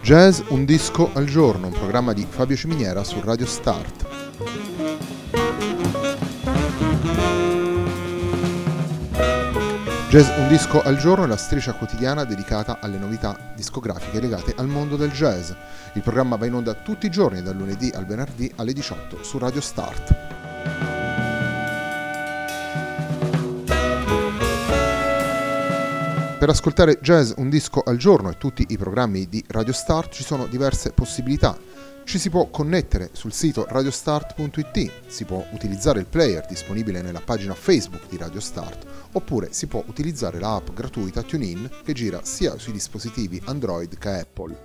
Jazz un disco al giorno, un programma di Fabio Ciminiera su Radio Start. Jazz un disco al giorno è la striscia quotidiana dedicata alle novità discografiche legate al mondo del jazz. Il programma va in onda tutti i giorni, dal lunedì al venerdì alle 18 su Radio Start. Per ascoltare Jazz un disco al giorno e tutti i programmi di Radio Start ci sono diverse possibilità. Ci si può connettere sul sito radiostart.it, si può utilizzare il player disponibile nella pagina Facebook di Radio Start, oppure si può utilizzare la app gratuita TuneIn che gira sia sui dispositivi Android che Apple.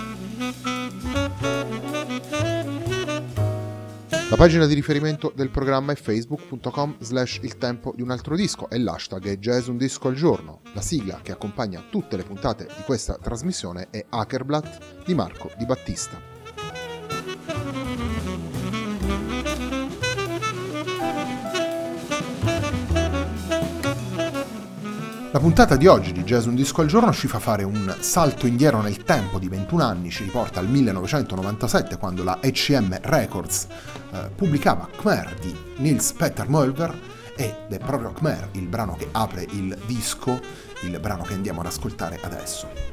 La pagina di riferimento del programma è facebook.com/il tempo di un altro disco e l'hashtag è Jazz un disco al giorno. La sigla che accompagna tutte le puntate di questa trasmissione è Hackerblatt di Marco Di Battista. La puntata di oggi di Jazz un disco al giorno ci fa fare un salto indietro nel tempo di 21 anni, ci riporta al 1997 quando la ECM Records pubblicava Khmer di Nils Petter Mölver ed è proprio Khmer il brano che apre il disco, il brano che andiamo ad ascoltare adesso.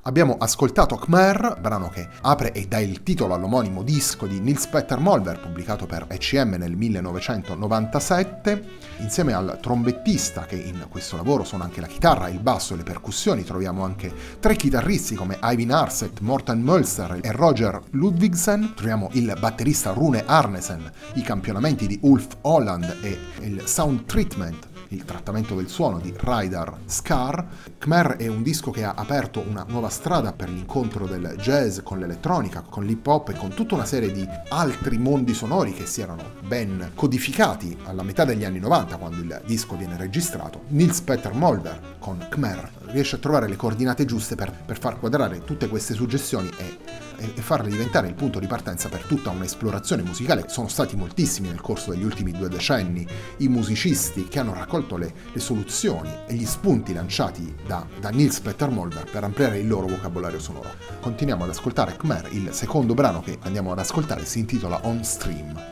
Abbiamo ascoltato Khmer, brano che apre e dà il titolo all'omonimo disco di Nils Petter Molver, pubblicato per ECM nel 1997. Insieme al trombettista, che in questo lavoro suona anche la chitarra, il basso e le percussioni, troviamo anche 3 chitarristi come Eivind Arset, Morten Mölzer e Roger Ludvigsen. Troviamo il batterista Rune Arnesen, i campionamenti di Ulf Holland e il sound treatment, il trattamento del suono di Raidar Skar. Khmer è un disco che ha aperto una nuova strada per l'incontro del jazz con l'elettronica, con l'hip hop e con tutta una serie di altri mondi sonori che si erano ben codificati alla metà degli anni 90, quando il disco viene registrato. Nils Petter Molver con Khmer riesce a trovare le coordinate giuste per far quadrare tutte queste suggestioni e farle diventare il punto di partenza per tutta un'esplorazione musicale. Sono stati moltissimi nel corso degli ultimi 2 decenni i musicisti che hanno raccolto le soluzioni e gli spunti lanciati da Nils Petter Molver per ampliare il loro vocabolario sonoro. Continuiamo ad ascoltare Khmer, il secondo brano che andiamo ad ascoltare si intitola On Stream.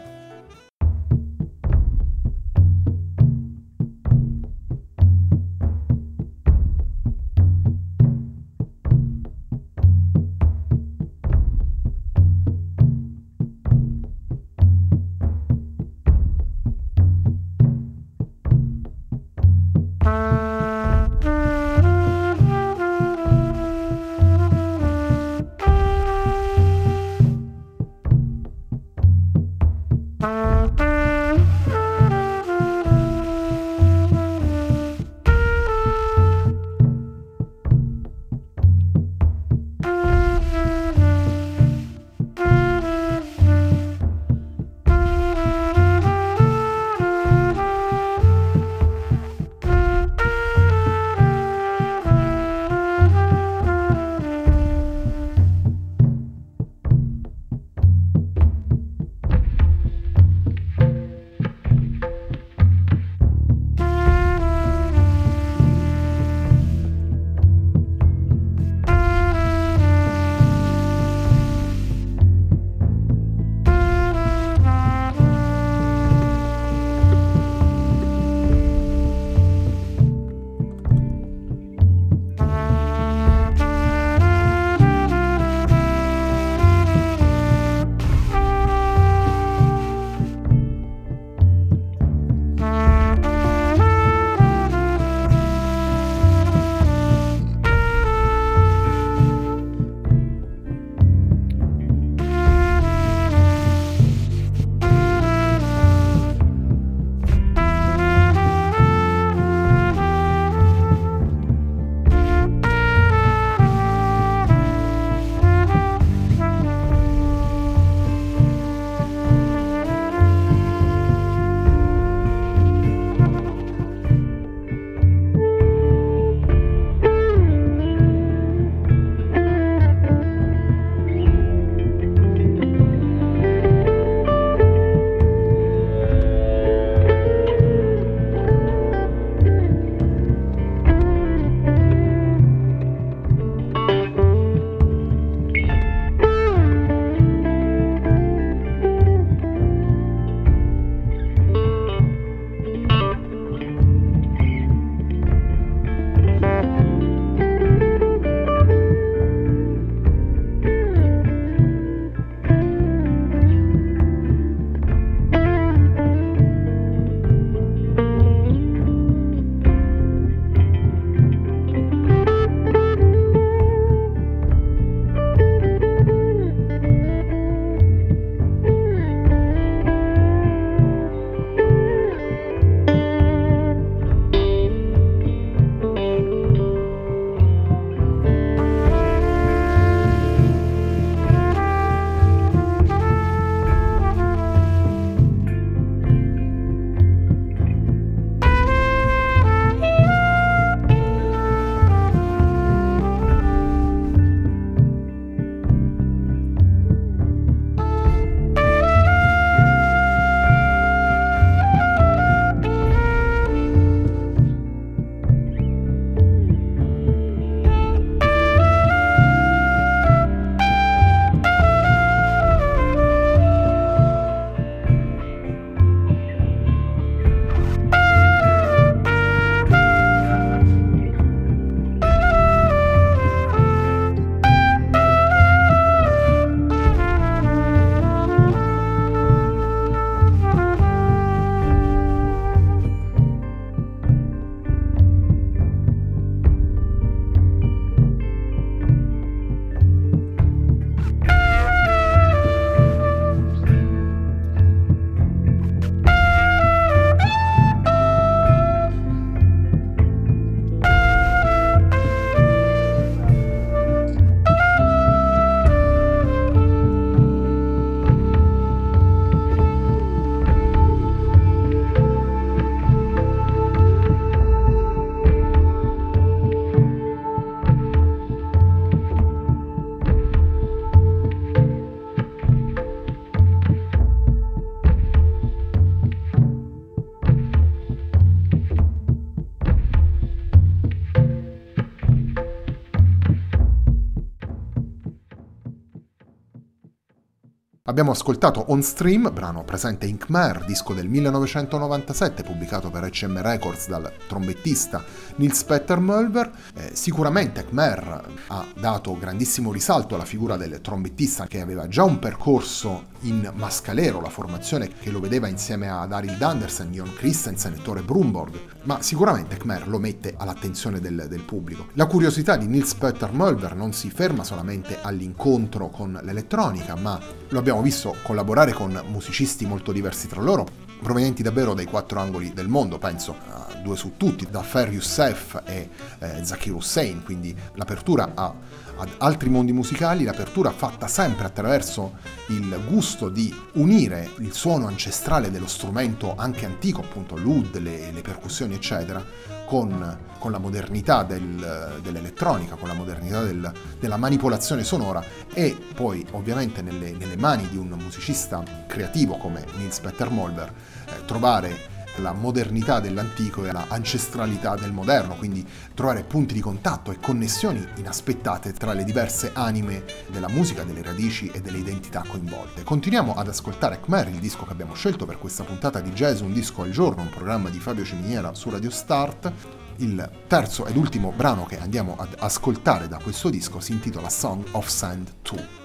Abbiamo ascoltato On Stream, brano presente in Khmer, disco del 1997 pubblicato per ECM Records dal trombettista Nils Petter Mölver. Sicuramente Khmer ha dato grandissimo risalto alla figura del trombettista che aveva già un percorso in Mascalero, la formazione che lo vedeva insieme ad Arild Andersen, Jon Christensen e Tore Brunborg, ma sicuramente Khmer lo mette all'attenzione del pubblico. La curiosità di Nils Petter Mölver non si ferma solamente all'incontro con l'elettronica, ma lo abbiamo visto collaborare con musicisti molto diversi tra loro, provenienti davvero dai quattro angoli del mondo, penso a due su tutti, da Fer Youssef e Zakir Hussain, quindi l'apertura ad altri mondi musicali, l'apertura fatta sempre attraverso il gusto di unire il suono ancestrale dello strumento anche antico, appunto l'oud, le percussioni eccetera, con la modernità dell'elettronica, con la modernità della manipolazione sonora e poi ovviamente nelle mani di un musicista creativo come Nils Petter Mölver trovare la modernità dell'antico e la ancestralità del moderno, quindi trovare punti di contatto e connessioni inaspettate tra le diverse anime della musica, delle radici e delle identità coinvolte. Continuiamo ad ascoltare Khmer, il disco che abbiamo scelto per questa puntata di Jazz Un Disco al Giorno, un programma di Fabio Ciminiera su Radio Start. Il terzo ed ultimo brano che andiamo ad ascoltare da questo disco si intitola Song of Sand 2.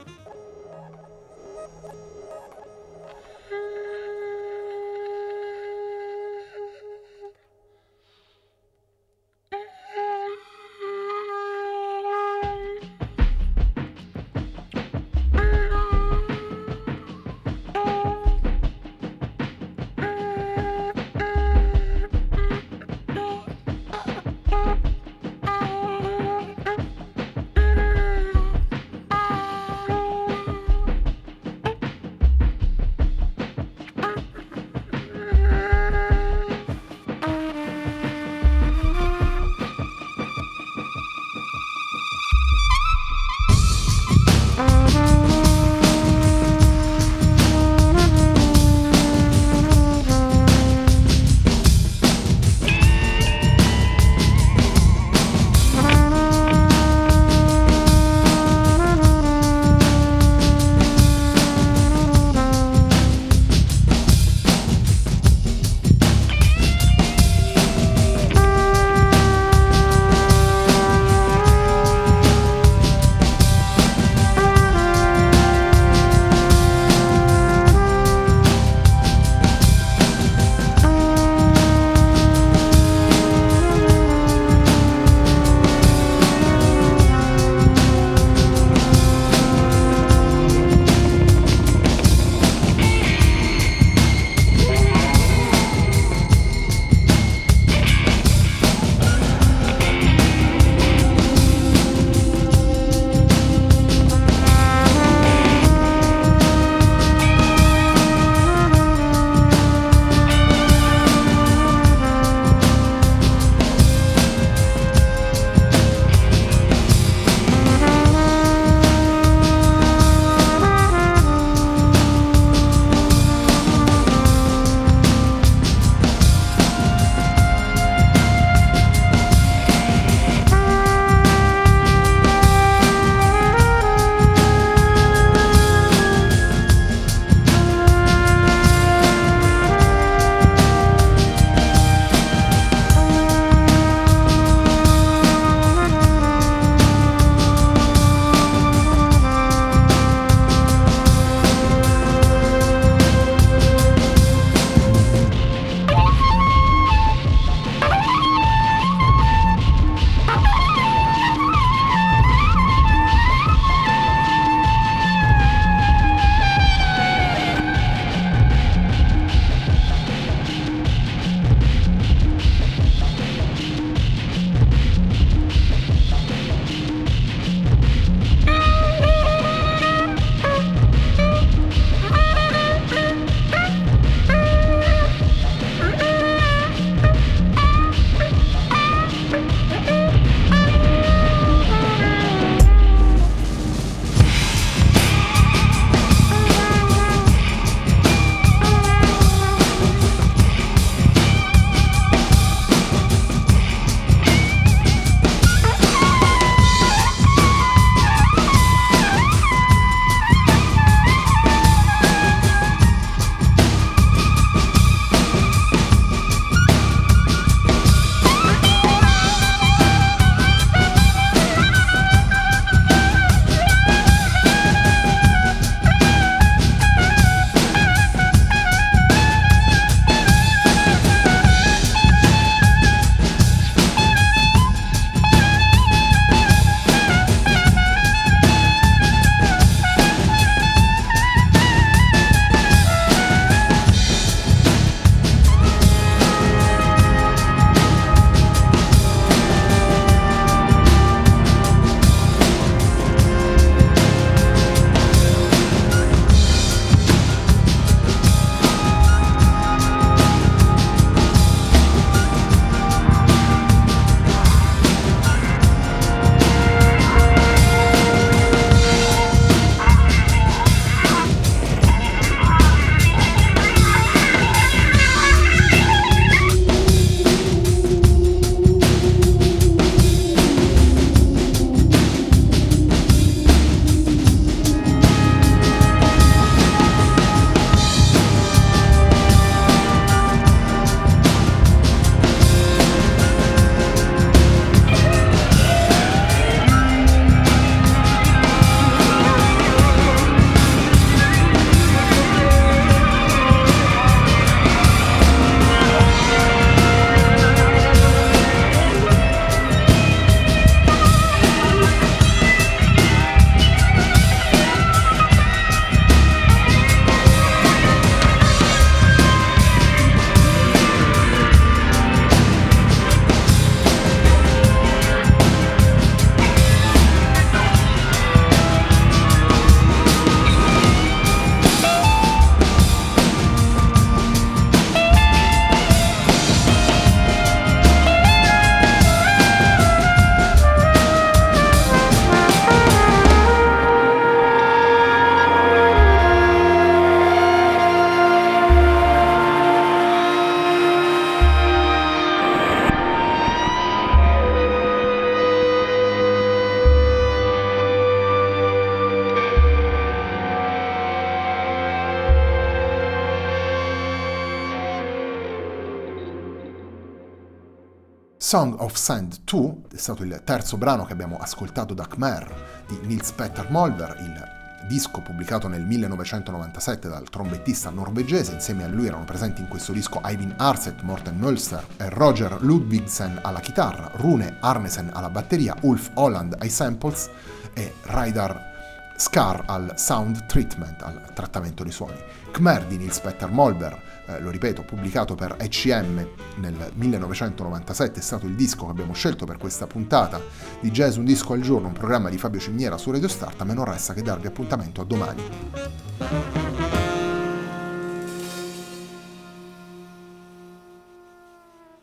Song of Sand 2 è stato il terzo brano che abbiamo ascoltato da Khmer di Nils Petter Molver, il disco pubblicato nel 1997 dal trombettista norvegese. Insieme a lui erano presenti in questo disco Eivind Arseth, Morten Mølster e Roger Ludvigsen alla chitarra, Rune Arnesen alla batteria, Ulf Holland ai samples e Reidar Skar al sound treatment, al trattamento dei suoni. Khmer di Nils Petter Molver, lo ripeto, pubblicato per ECM nel 1997, è stato il disco che abbiamo scelto per questa puntata di Jazz Un Disco al Giorno, un programma di Fabio Ciminiera su Radio Start. A me non resta che darvi appuntamento a domani.